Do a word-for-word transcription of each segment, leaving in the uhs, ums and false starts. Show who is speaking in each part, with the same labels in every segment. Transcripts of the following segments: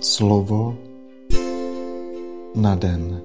Speaker 1: Slovo na den.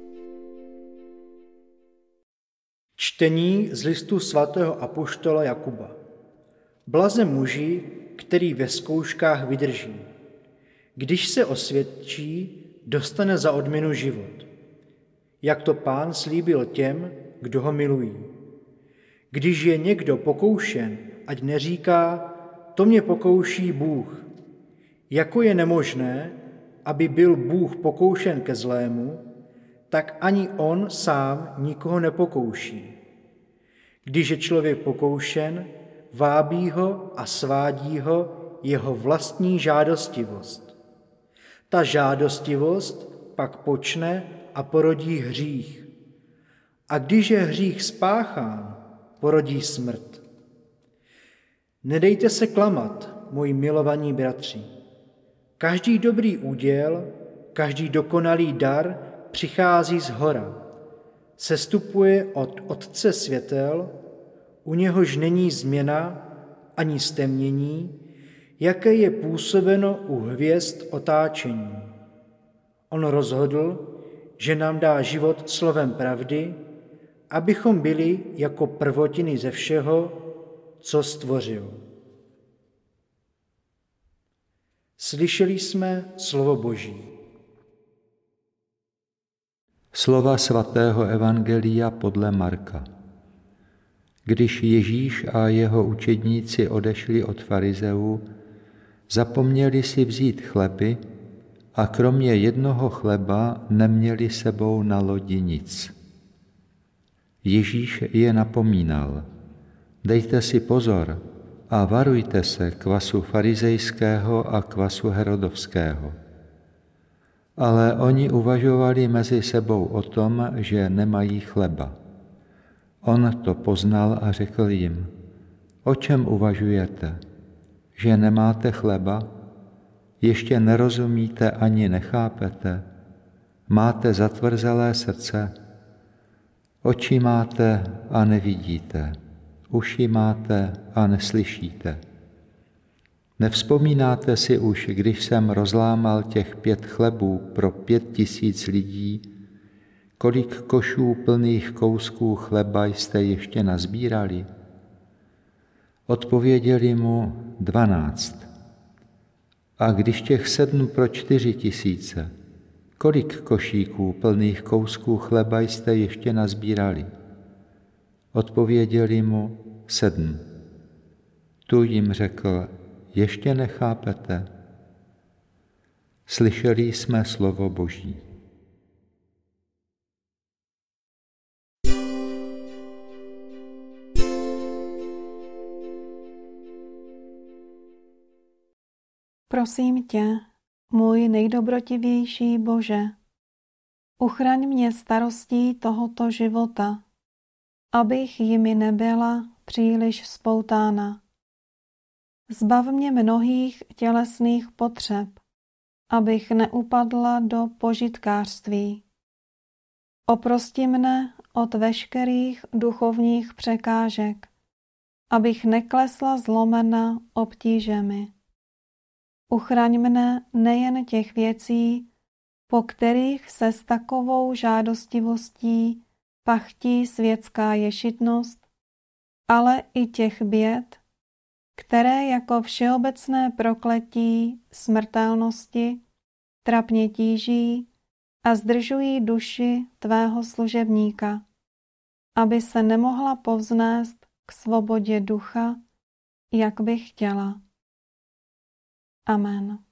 Speaker 2: Čtení z listu svatého apoštola Jakuba. Blaze muži, který ve zkouškách vydrží. Když se osvědčí, dostane za odměnu život. Jak to Pán slíbil těm, kdo ho milují. Když je někdo pokoušen, ať neříká, to mě pokouší Bůh. Jako je nemožné, aby byl Bůh pokoušen ke zlému, tak ani on sám nikoho nepokouší. Když je člověk pokoušen, vábí ho a svádí ho jeho vlastní žádostivost. Ta žádostivost pak počne a porodí hřích. A když je hřích spáchán, porodí smrt. Nedejte se klamat, moji milovaní bratři. Každý dobrý úděl, každý dokonalý dar přichází zhora. Sestupuje od Otce světel, u něhož není změna ani stemnění, jaké je působeno u hvězd otáčení. On rozhodl, že nám dá život slovem pravdy, abychom byli jako prvotiny ze všeho, co stvořil. Slyšeli jsme slovo Boží.
Speaker 3: Slova svatého evangelia podle Marka. Když Ježíš a jeho učedníci odešli od farizeů, zapomněli si vzít chleby a kromě jednoho chleba neměli sebou na lodi nic. Ježíš je napomínal: dejte si pozor a varujte se kvasu farizejského a kvasu herodovského. Ale oni uvažovali mezi sebou o tom, že nemají chleba. On to poznal a řekl jim: o čem uvažujete? Že nemáte chleba? Ještě nerozumíte ani nechápete? Máte zatvrzelé srdce? Oči máte a nevidíte, uši máte a neslyšíte. Nevzpomínáte si už, když jsem rozlámal těch pět chlebů pro pět tisíc lidí, kolik košů plných kousků chleba jste ještě nazbírali? Odpověděli mu: dvanáct. A když těch sedm pro čtyři tisíce, kolik košíků plných kousků chleba jste ještě nazbírali? Odpověděli mu: sedm. Tu jim řekl: ještě nechápete? Slyšeli jsme slovo Boží.
Speaker 4: Prosím tě, můj nejdobrotivější Bože, uchraň mě starostí tohoto života, abych jimi nebyla příliš spoutána. Zbav mě mnohých tělesných potřeb, abych neupadla do požitkářství. Oprosti mne od veškerých duchovních překážek, abych neklesla zlomena obtížemi. Uchraň mne nejen těch věcí, po kterých se s takovou žádostivostí pachtí světská ješitnost, ale i těch běd, které jako všeobecné prokletí smrtelnosti trapně tíží a zdržují duši tvého služebníka, aby se nemohla povznést k svobodě ducha, jak bych chtěla. Amen.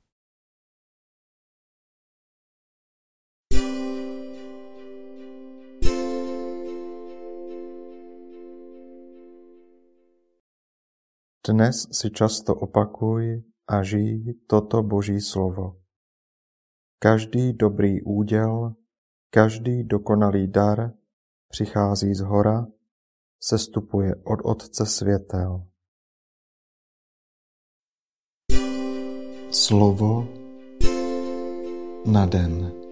Speaker 1: Dnes si často opakuj a žij toto Boží slovo. Každý dobrý úděl, každý dokonalý dar přichází zhora, sestupuje od Otce světel.
Speaker 5: Slovo na den.